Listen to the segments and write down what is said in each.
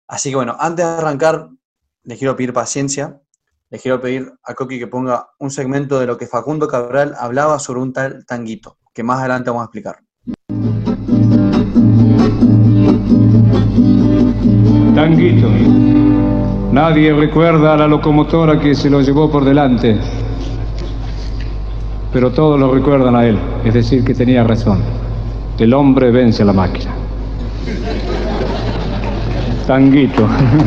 Así que bueno, antes de arrancar, les quiero pedir paciencia, les quiero pedir a Coqui que ponga un segmento de lo que Facundo Cabral hablaba sobre un tal Tanguito, que más adelante vamos a explicar. Tanguito. Nadie recuerda a la locomotora que se lo llevó por delante, pero todos lo recuerdan a él, es decir, que tenía razón. El hombre vence a la máquina. Tanguito.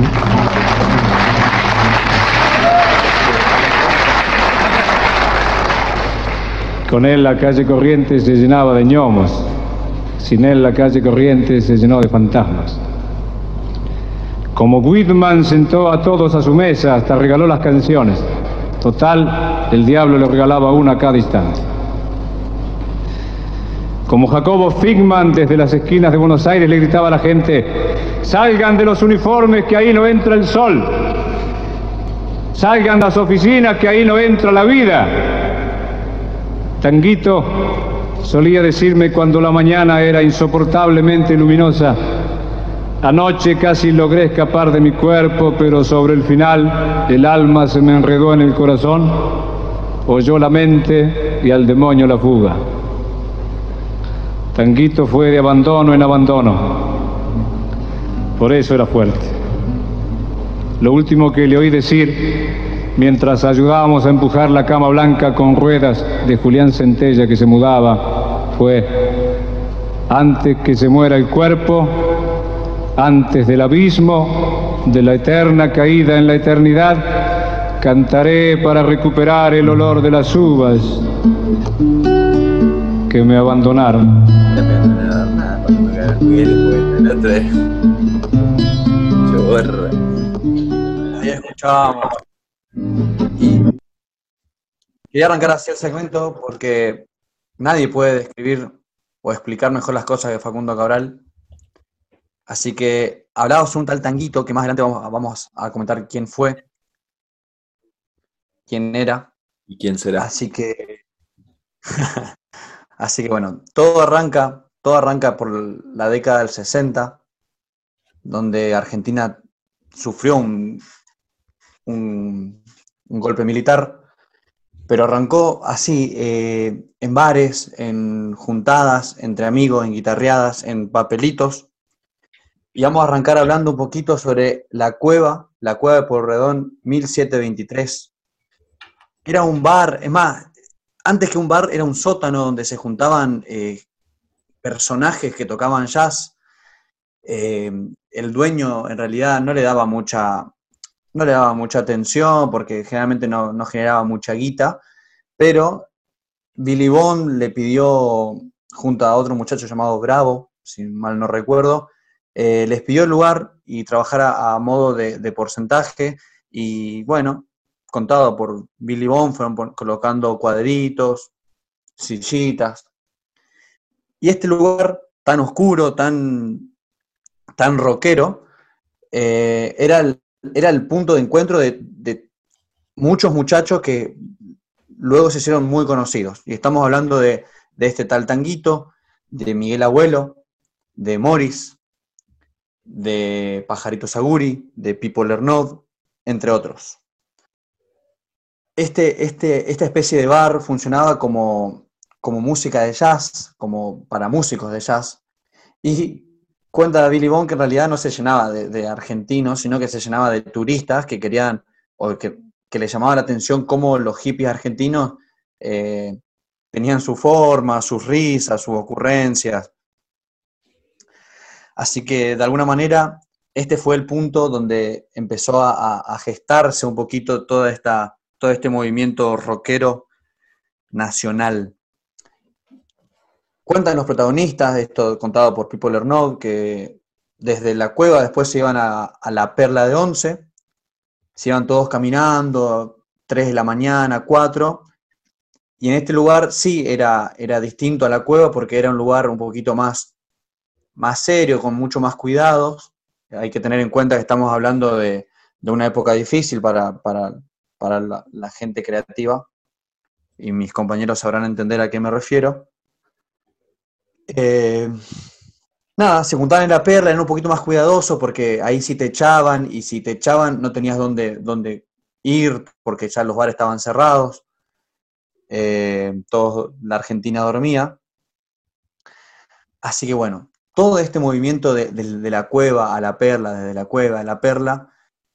Con él la calle Corrientes se llenaba de ñomos. Sin él la calle Corrientes se llenó de fantasmas. Como Whitman sentó a todos a su mesa, hasta regaló las canciones. Total, el diablo le regalaba una a cada instante. Como Jacobo Figman, desde las esquinas de Buenos Aires le gritaba a la gente: salgan de los uniformes que ahí no entra el sol. Salgan de las oficinas que ahí no entra la vida. Tanguito solía decirme cuando la mañana era insoportablemente luminosa: anoche casi logré escapar de mi cuerpo, pero sobre el final el alma se me enredó en el corazón, oyó la mente y al demonio la fuga. Tanguito fue de abandono en abandono. Por eso era fuerte. Lo último que le oí decir, mientras ayudábamos a empujar la cama blanca con ruedas de Julián Centella que se mudaba, fue: antes que se muera el cuerpo, antes del abismo, de la eterna caída en la eternidad, cantaré para recuperar el olor de las uvas que me abandonaron. Ahí escuchábamos. Y quería arrancar así el segmento porque nadie puede describir o explicar mejor las cosas que Facundo Cabral. Así que hablábamos de un tal Tanguito, que más adelante vamos a comentar quién fue, quién era. ¿Y quién será? Así que bueno, todo arranca por la década del 60, donde Argentina sufrió un golpe militar, pero arrancó así, en bares, en juntadas, entre amigos, en guitarreadas, en papelitos. Y vamos a arrancar hablando un poquito sobre la cueva de Porredón 1723. Era un bar, es más, antes que un bar era un sótano donde se juntaban personajes que tocaban jazz. El dueño en realidad no le daba mucha atención porque generalmente no generaba mucha guita, pero Billy Bond le pidió, junto a otro muchacho llamado Bravo, si mal no recuerdo, les pidió el lugar y trabajar a modo de porcentaje, y bueno, contado por Billy Bond, fueron colocando cuadritos, sillitas, y este lugar tan oscuro, tan rockero, era el punto de encuentro de muchos muchachos que luego se hicieron muy conocidos. Y estamos hablando de este tal Tanguito, de Miguel Abuelo, de Morris, de Pajarito Saguri, de Pipo Lernoud, entre otros. Esta especie de bar funcionaba como música de jazz, como para músicos de jazz. Y cuenta Billy Bond que en realidad no se llenaba de argentinos, sino que se llenaba de turistas que querían, o que les llamaba la atención cómo los hippies argentinos tenían su forma, sus risas, sus ocurrencias. Así que de alguna manera este fue el punto donde empezó a gestarse un poquito todo este movimiento rockero nacional. Cuentan los protagonistas, esto contado por Pipo Lernoud, que desde la cueva después se iban a la Perla de Once, se iban todos caminando, 3 de la mañana, 4, y en este lugar sí era distinto a la cueva porque era un lugar un poquito más serio, con mucho más cuidados. Hay que tener en cuenta que estamos hablando de una época difícil para la gente creativa, y mis compañeros sabrán entender a qué me refiero. Nada, se juntaban en La Perla, eran un poquito más cuidadosos porque ahí sí te echaban y si te echaban no tenías dónde ir porque ya los bares estaban cerrados, la Argentina dormía. Así que bueno, todo este movimiento de la cueva a La Perla, desde la cueva a La Perla,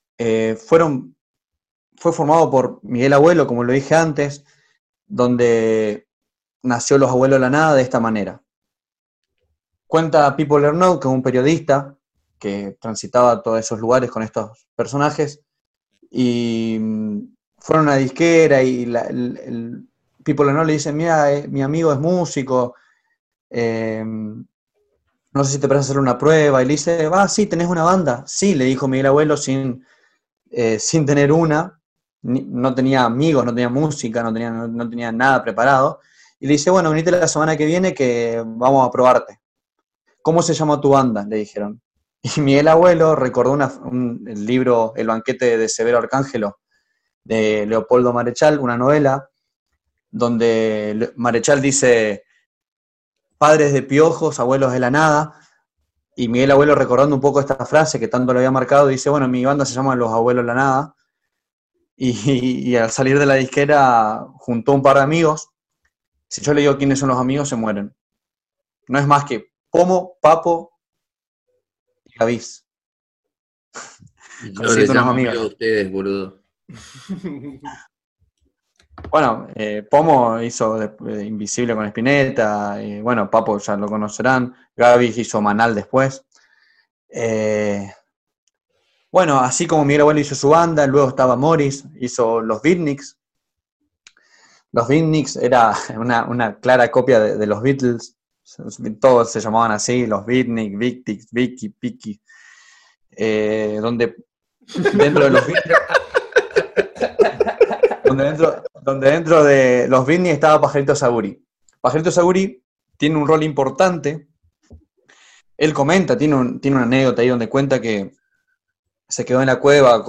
fue formado por Miguel Abuelo, como lo dije antes, donde nació Los Abuelos de la Nada de esta manera. Cuenta Pipo Lernout, que es un periodista que transitaba todos esos lugares con estos personajes, y fueron a una disquera y Pipo Lernout le dice, mira, mi amigo es músico, no sé si te parece hacer una prueba, y le dice, sí, ¿tenés una banda? Sí, le dijo Miguel Abuelo sin tener una, no tenía amigos, no tenía música, no tenía nada preparado, y le dice, bueno, venite la semana que viene que vamos a probarte. ¿Cómo se llama tu banda? Le dijeron. Y Miguel Abuelo recordó el libro El banquete de Severo Arcángelo, de Leopoldo Marechal, una novela, donde Marechal dice, padres de piojos, abuelos de la nada, y Miguel Abuelo recordando un poco esta frase que tanto lo había marcado, dice, bueno, mi banda se llama Los Abuelos de la Nada, y al salir de la disquera juntó un par de amigos. Si yo le digo quiénes son los amigos, se mueren. No es más que Pomo, Papo y Gavís. Y yo les Consiguiendo unos llamo amigos, amigo a ¿no? ustedes, boludo. Bueno, Pomo hizo Invisible con Spinetta, y bueno, Papo ya lo conocerán, Gavís hizo Manal después. Bueno, así como Miguel Abuelo hizo su banda, luego estaba Morris, hizo los Beatniks. Los Beatniks era una clara copia de los Beatles, todos se llamaban así, los Beatniks, Victics, Vicky, Piki, donde dentro de los Beatniks, donde dentro de los Beatniks estaba Pajarito Saguri. Pajarito Saguri tiene un rol importante. Él comenta, tiene una anécdota ahí donde cuenta que se quedó en la cueva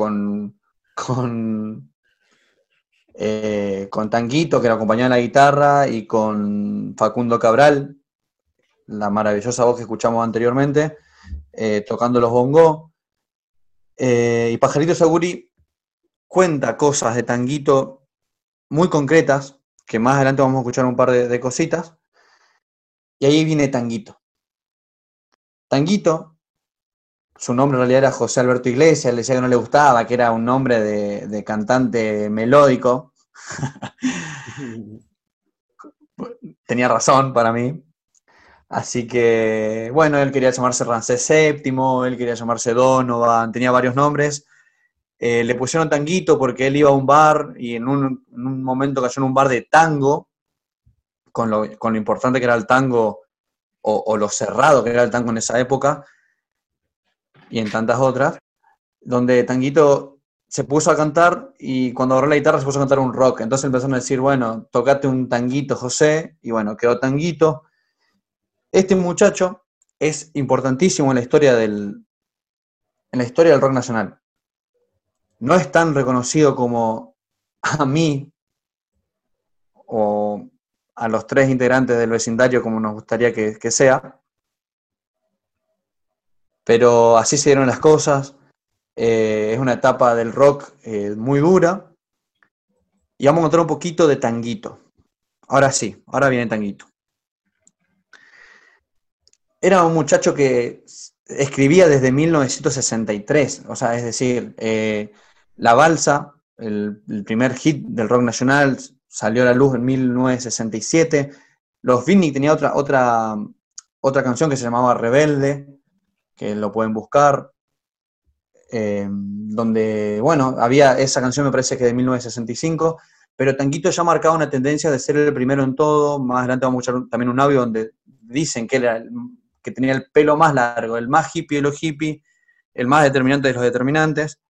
con Tanguito, que lo acompañaba en la guitarra, y con Facundo Cabral, la maravillosa voz que escuchamos anteriormente, tocando los bongos. Y Pajarito Saguri cuenta cosas de Tanguito muy concretas, que más adelante vamos a escuchar un par de cositas, y ahí viene Tanguito. Tanguito, su nombre en realidad era José Alberto Iglesias, le decía que no le gustaba, que era un nombre de cantante melódico. Tenía razón para mí. Así que, bueno, él quería llamarse Ramsés VII, él quería llamarse Donovan, tenía varios nombres. Le pusieron Tanguito porque él iba a un bar y en un momento cayó en un bar de tango, con lo importante que era el tango o lo cerrado que era el tango en esa época y en tantas otras, donde Tanguito se puso a cantar y cuando agarró la guitarra se puso a cantar un rock. Entonces empezaron a decir, bueno, tocate un tanguito, José, y bueno, quedó Tanguito. Este muchacho es importantísimo en la historia del rock nacional. No es tan reconocido como a mí o a los tres integrantes del vecindario como nos gustaría que sea, pero así se dieron las cosas. Es una etapa del rock muy dura y vamos a encontrar un poquito de Tanguito. Ahora sí, ahora viene Tanguito. Era un muchacho que escribía desde 1963, o sea, es decir, La Balsa, el primer hit del rock nacional, salió a la luz en 1967. Los Beatniks tenía otra canción que se llamaba Rebelde, que lo pueden buscar, donde, bueno, había esa canción, me parece que de 1965, pero Tanguito ya marcaba una tendencia de ser el primero en todo. Más adelante vamos a escuchar también un audio donde dicen que tenía el pelo más largo, el más hippie de los hippies, el más determinante de los determinantes.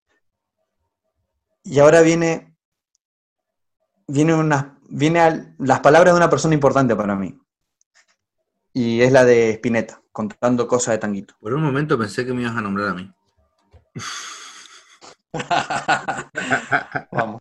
Y ahora viene las palabras de una persona importante para mí. Y es la de Spinetta, contando cosas de Tanguito. Por un momento pensé que me ibas a nombrar a mí. Vamos.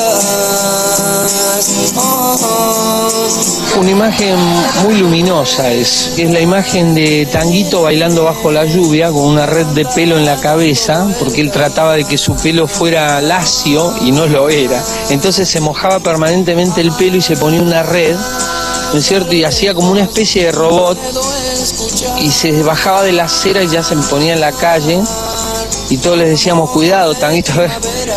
Una imagen muy luminosa es la imagen de Tanguito bailando bajo la lluvia con una red de pelo en la cabeza, porque él trataba de que su pelo fuera lacio y no lo era. Entonces se mojaba permanentemente el pelo y se ponía una red, ¿no es cierto? Y hacía como una especie de robot y se bajaba de la acera y ya se ponía en la calle y todos les decíamos, cuidado, Tanguito, a ver,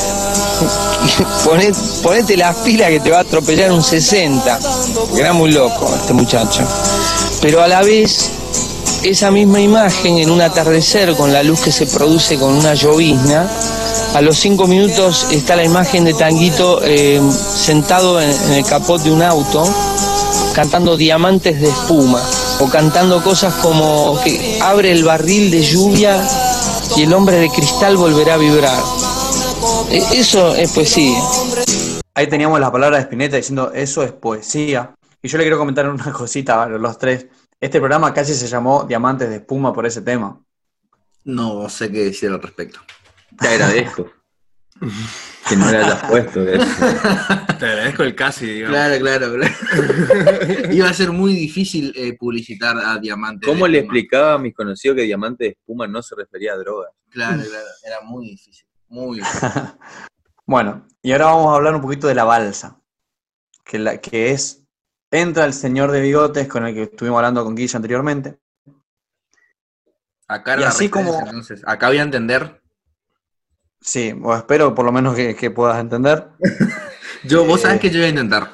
ponete las pilas que te va a atropellar un 60, porque era muy loco este muchacho. Pero a la vez, esa misma imagen en un atardecer con la luz que se produce con una llovizna, a los 5 minutos está la imagen de Tanguito sentado en el capot de un auto, cantando Diamantes de espuma, o cantando cosas como que abre el barril de lluvia y el hombre de cristal volverá a vibrar. Eso es poesía. Ahí teníamos la palabra de Spinetta diciendo eso es poesía. Y yo le quiero comentar una cosita a los tres. Este programa casi se llamó Diamantes de espuma por ese tema. No sé qué decir al respecto. Te agradezco que no le hayas puesto eso. Te agradezco el casi, digamos. Claro. Iba a ser muy difícil publicitar a Diamante. ¿Cómo le explicaba a mis conocidos que diamante de espuma no se refería a drogas? Claro, era muy difícil. Muy difícil. Bueno, y ahora vamos a hablar un poquito de la balsa. Que es... Entra el señor de bigotes con el que estuvimos hablando con Guilla anteriormente. Acá era y la así referencia, como... entonces. Acá voy a entender. Sí, o espero por lo menos que puedas entender. Vos sabés que yo voy a intentar.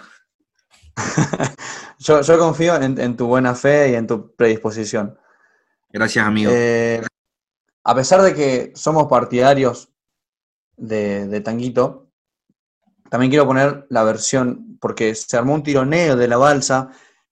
yo confío en tu buena fe y en tu predisposición. Gracias, amigo. A pesar de que somos partidarios de Tanguito, también quiero poner la versión, porque se armó un tironeo de la balsa.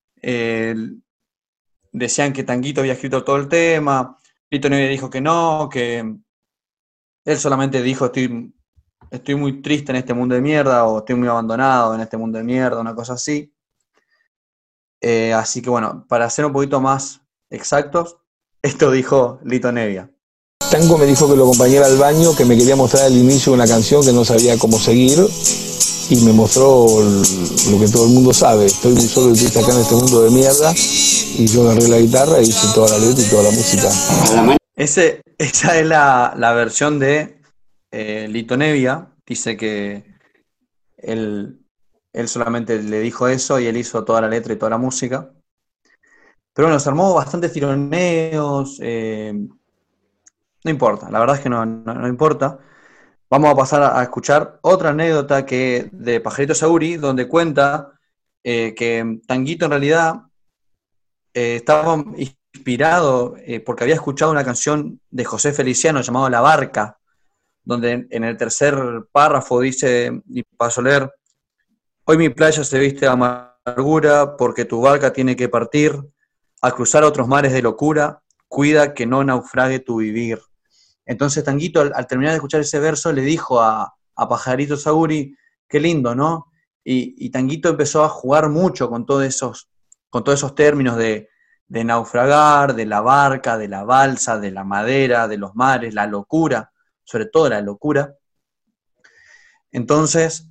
Decían que Tanguito había escrito todo el tema, Lito Nevia dijo que no, que él solamente dijo estoy muy triste en este mundo de mierda, o estoy muy abandonado en este mundo de mierda, una cosa así. Así que bueno, para ser un poquito más exactos, esto dijo Lito Nevia. Tango me dijo que lo acompañara al baño, que me quería mostrar el inicio de una canción que no sabía cómo seguir, y me mostró lo que todo el mundo sabe: estoy muy solo y triste acá en este mundo de mierda, y yo agarré la guitarra e hice toda la letra y toda la música. Esa es la versión de Lito Nevia. Dice que él solamente le dijo eso y él hizo toda la letra y toda la música. Pero bueno, se armó bastantes tironeos. No importa, la verdad es que no importa. Vamos a pasar a escuchar otra anécdota de Pajarito Sauri, donde cuenta que Tanguito en realidad estaba inspirado porque había escuchado una canción de José Feliciano llamada La Barca, donde en el tercer párrafo dice, y paso a leer: hoy mi playa se viste de amargura porque tu barca tiene que partir al cruzar otros mares de locura, cuida que no naufrague tu vivir. Entonces Tanguito, al terminar de escuchar ese verso, le dijo a Pajarito Sauri, qué lindo, ¿no? Y Tanguito empezó a jugar mucho con todos esos términos de naufragar, de la barca, de la balsa, de la madera, de los mares, la locura, sobre todo la locura. Entonces,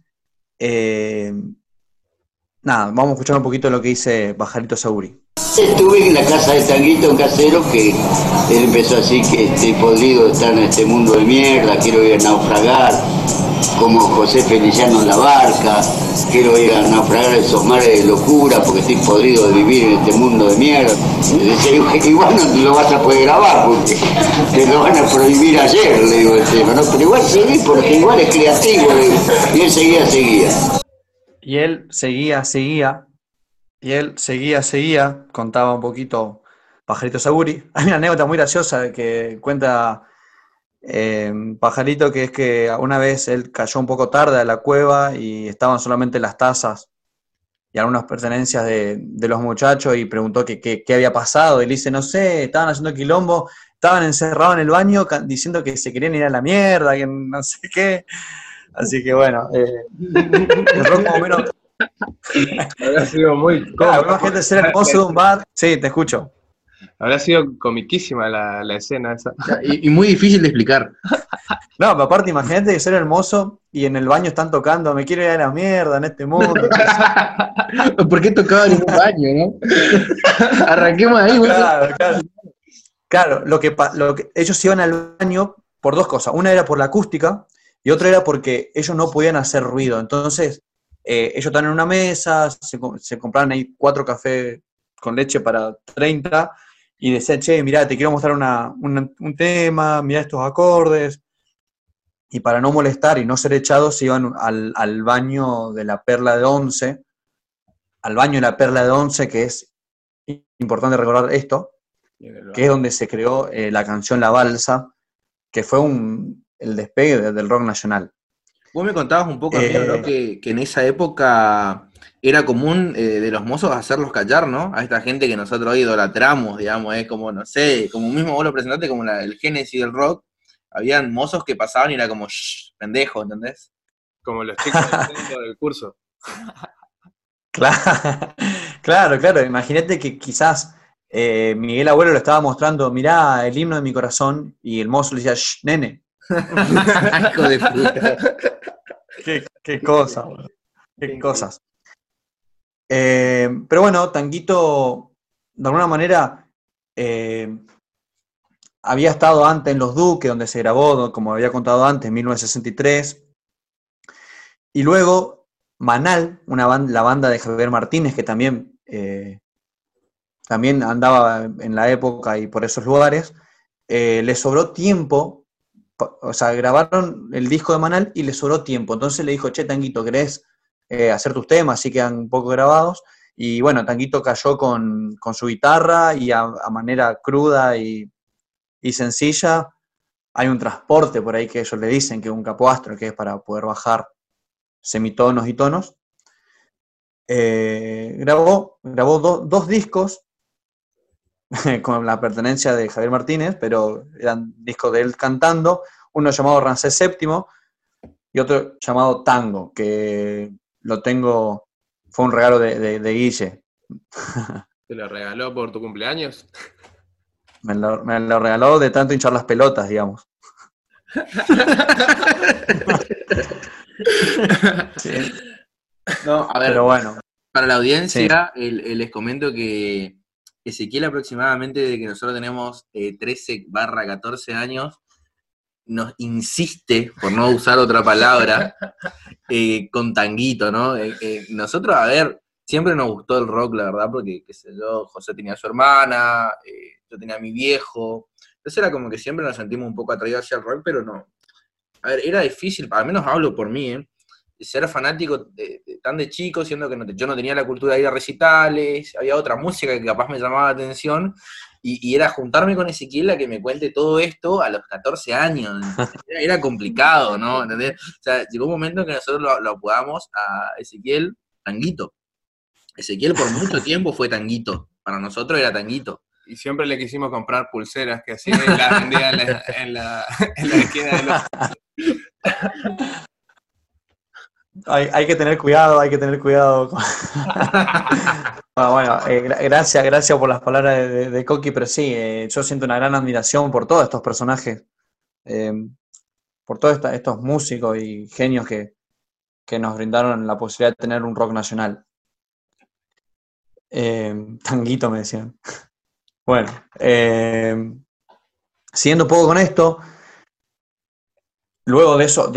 vamos a escuchar un poquito lo que dice Pajarito Sauri. Estuve en la casa de Tanguito, un casero, que él empezó así, que estoy podrido de estar en este mundo de mierda, quiero ir a naufragar, como José Feliciano en La Barca, quiero ir a naufragar esos mares de locura porque estoy podrido de vivir en este mundo de mierda. Y decía, igual no lo vas a poder grabar porque te lo van a prohibir ayer, le digo el tema, ¿no? Pero igual seguí porque igual es creativo, le digo. Y él seguía. Y él seguía, contaba un poquito Pajarito Sauri. Hay una anécdota muy graciosa que cuenta Pajarito, que es que una vez él cayó un poco tarde a la cueva y estaban solamente las tazas y algunas pertenencias de los muchachos, y preguntó qué había pasado, y le dice, no sé, estaban haciendo quilombo, estaban encerrados en el baño diciendo que se querían ir a la mierda, que no sé qué. Así que bueno, el rock más o menos... Habrá sido muy Claro, alguna gente ser el mozo de un bar. Sí, te escucho. Habrá sido comiquísima la escena esa. Y muy difícil de explicar. No, pero aparte, imagínate ser hermoso y en el baño están tocando, me quiero ir a la mierda en este mundo. ¿Por qué tocaba en un baño, no? Arranquemos ahí, güey. Claro, lo que ellos iban al baño por dos cosas. Una era por la acústica y otra era porque ellos no podían hacer ruido. Entonces, ellos estaban en una mesa, se compraban ahí 4 cafés con leche para 30 y decían, che, mirá, te quiero mostrar un tema, mirá estos acordes. Y para no molestar y no ser echados, se iban al baño de la Perla de Once, al baño de la Perla de Once, que es importante recordar esto, que es donde se creó la canción La Balsa, que fue el despegue del rock nacional. Vos me contabas un poco, amigo, ¿no? Que en esa época era común de los mozos hacerlos callar, ¿no? A esta gente que nosotros hoy idolatramos, digamos, es como, no sé, como mismo vos lo presentaste, como el génesis del rock. Habían mozos que pasaban y era como, shh, pendejo, ¿entendés? Como los chicos del curso. Claro. Imagínate que quizás Miguel Abuelo le estaba mostrando, mirá, el himno de mi corazón, y el mozo le decía, shh, nene. Hijo de puta. Qué cosa, bro. Qué cosas. Pero bueno, Tanguito, de alguna manera, había estado antes en Los Duques, donde se grabó, como había contado antes, en 1963. Y luego Manal, la banda de Javier Martínez, que también andaba en la época y por esos lugares, le sobró tiempo, o sea, grabaron el disco de Manal y le sobró tiempo. Entonces le dijo, che, Tanguito, ¿querés hacer tus temas? Así quedan un poco grabados. Y bueno, Tanguito cayó con su guitarra y a manera cruda y sencilla. Hay un transporte por ahí que ellos le dicen que es un capoastro, que es para poder bajar semitonos y tonos. Grabó dos discos con la pertenencia de Javier Martínez, pero eran discos de él cantando, uno llamado Ramsés VII y otro llamado Tango, que lo tengo, fue un regalo de Guille. ¿Te lo regaló por tu cumpleaños? Me lo regaló de tanto hinchar las pelotas, digamos. Sí. No, a ver, pero bueno. Para la audiencia, sí. Les comento que Ezequiel aproximadamente, desde que nosotros tenemos 13/14 años, nos insiste, por no usar otra palabra, con Tanguito, ¿no? Nosotros, a ver, siempre nos gustó el rock, la verdad, porque, qué sé yo, José tenía a su hermana, yo tenía a mi viejo, entonces era como que siempre nos sentimos un poco atraídos hacia el rock, pero no. A ver, era difícil, al menos hablo por mí, ser fanático tan de chico, siendo que yo no tenía la cultura de ir a recitales, había otra música que capaz me llamaba la atención, y era juntarme con Ezequiel a que me cuente todo esto a los 14 años. Era complicado, ¿no? ¿Entendés? O sea, llegó un momento en que nosotros lo apodamos a Ezequiel Tanguito. Ezequiel por mucho tiempo fue Tanguito, para nosotros era Tanguito. Y siempre le quisimos comprar pulseras que así las vendía en la esquina de los... Hay que tener cuidado, Bueno, gracias por las palabras de Coqui, pero sí, yo siento una gran admiración por todos estos personajes, por todos estos músicos y genios que nos brindaron la posibilidad de tener un rock nacional. Tanguito me decían. Bueno, siguiendo un poco con esto, luego de esos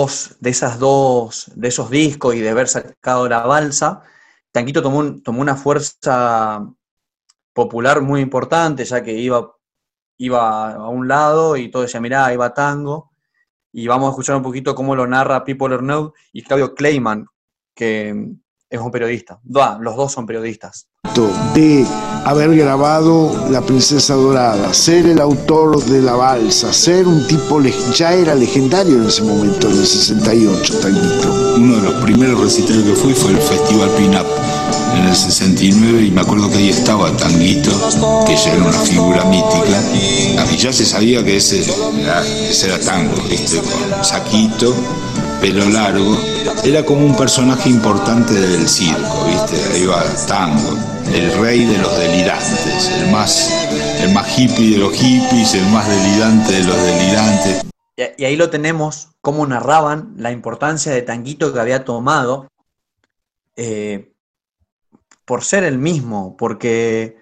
discos y de haber sacado La Balsa, Tanguito tomó una fuerza popular muy importante, ya que iba a un lado y todo decía, mirá, ahí va Tango, y vamos a escuchar un poquito cómo lo narra People Are Know y Claudio Kleiman, que es un periodista. Los dos son periodistas. De haber grabado La Princesa Dorada, ser el autor de La Balsa, ser un tipo, ya era legendario en ese momento, en el 68, Tanguito. Uno de los primeros recitales que fui fue el Festival Pin-Up en el 69 y me acuerdo que ahí estaba Tanguito, que ya era una figura mítica, y ya se sabía que ese era Tango, ¿viste? Con saquito, pelo largo, era como un personaje importante del circo, ¿viste? Ahí va Tango, el rey de los delirantes, el más hippie de los hippies, el más delirante de los delirantes. y ahí lo tenemos, cómo narraban la importancia de Tanguito que había tomado eh, por ser el mismo, porque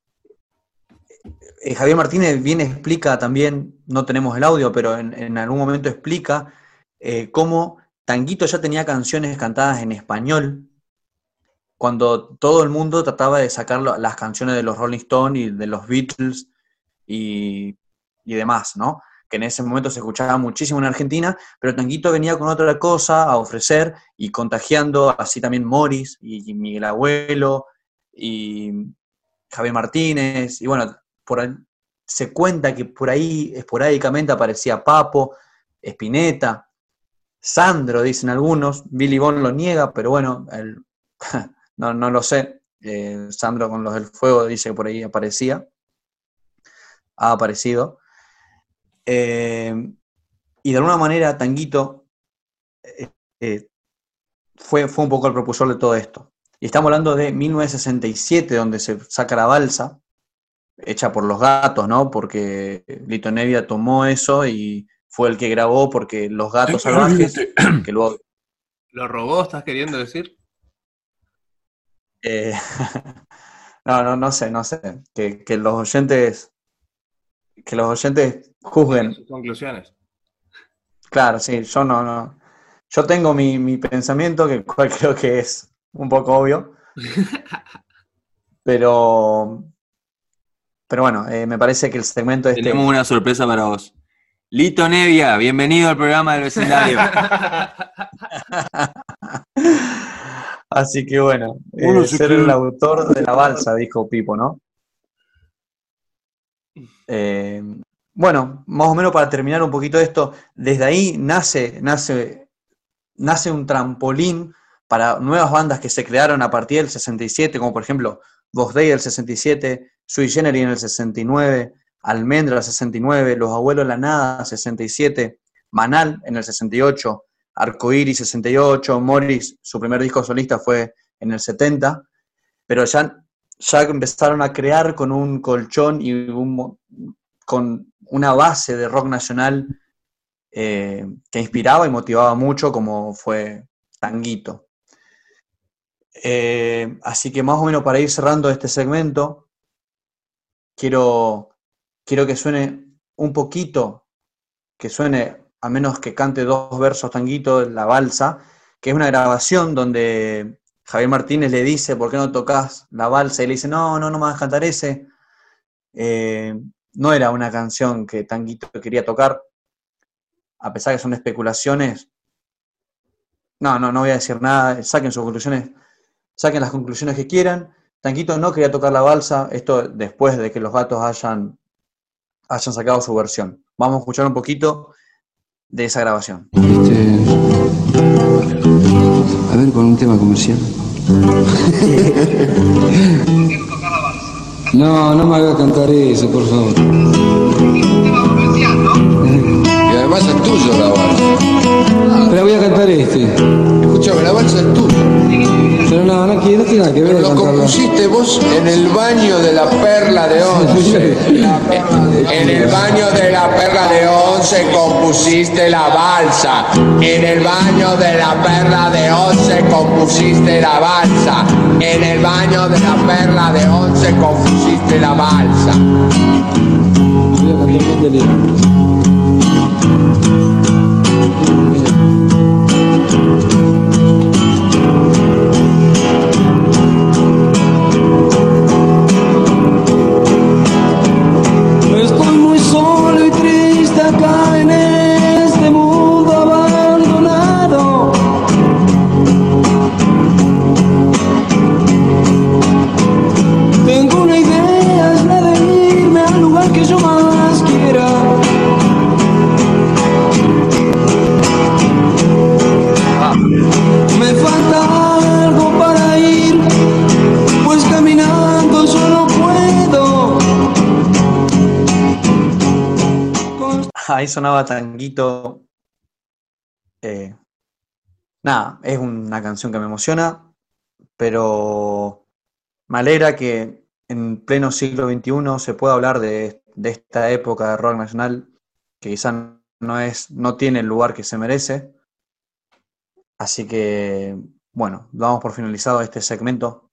Javier Martínez bien explica también, no tenemos el audio, pero en algún momento explica cómo Tanguito ya tenía canciones cantadas en español, cuando todo el mundo trataba de sacar las canciones de los Rolling Stones y de los Beatles y demás, ¿no? Que en ese momento se escuchaba muchísimo en Argentina, pero Tanguito venía con otra cosa a ofrecer y contagiando así también Morris y Miguel Abuelo y Javier Martínez, y bueno, por ahí, se cuenta que por ahí esporádicamente aparecía Papo, Spinetta, Sandro, dicen algunos, Billy Bond lo niega, pero bueno, no lo sé. Sandro con los del Fuego dice que por ahí ha aparecido. Y de alguna manera Tanguito fue un poco el propulsor de todo esto. Y estamos hablando de 1967, donde se saca la balsa, hecha por Los Gatos, ¿no? Porque Lito Nevia tomó eso y fue el que grabó, porque Los Gatos Salvajes, que luego... ¿Lo robó, estás queriendo decir? No sé. Que los oyentes juzguen. Sus conclusiones. Claro, sí, yo no. Yo tengo mi pensamiento, que cual creo que es un poco obvio. Pero bueno, me parece que el segmento este... Tenemos una sorpresa para vos. Lito Nevia, bienvenido al programa del vecindario. Así que bueno, ser el autor de la balsa, dijo Pipo, ¿no? Bueno, más o menos para terminar un poquito esto, desde ahí nace un trampolín para nuevas bandas que se crearon a partir del 67, como por ejemplo Vox Day del 67, Sui Generis en el 69, Almendra 69, Los Abuelos de la Nada 67, Manal en el 68, Arcoíris 68, Morris, su primer disco solista fue en el 70, pero ya empezaron a crear con un colchón y con una base de rock nacional que inspiraba y motivaba mucho, como fue Tanguito. Así que más o menos para ir cerrando este segmento, quiero que suene un poquito, que suene, a menos que cante 2 versos Tanguito, La Balsa, que es una grabación donde Javier Martínez le dice, ¿por qué no tocas la balsa? Y le dice, no me vas a cantar ese. No era una canción que Tanguito quería tocar, a pesar que son especulaciones. No voy a decir nada, saquen las conclusiones que quieran. Tanguito no quería tocar la balsa, esto después de que Los Gatos hayan sacado su versión. Vamos a escuchar un poquito de esa grabación. A ver, con un tema comercial. No me hagas cantar eso, por favor. Y además es tuyo la balsa. Pero voy a cantar este. Escuchame, la balsa es tuya. Pero no tiene nada que ver. Pero lo compusiste vos en el baño de la Perla de Once. En el baño de la Perla de Once compusiste la balsa. En el baño de la Perla de Once compusiste la balsa. En el baño de la Perla de Once compusiste la balsa. Voy a cantar bien de lejos. Estoy muy solo y triste acá en este mundo abandonado. Tengo una idea, es la de irme al lugar que yo más quiera. Me falta algo para ir, pues caminando yo no puedo. Ahí sonaba Tanguito. Nada, es una canción que me emociona, pero me alegra que en pleno siglo XXI se pueda hablar de esta época de rock nacional, que quizás no tiene el lugar que se merece. Así que, bueno, damos por finalizado este segmento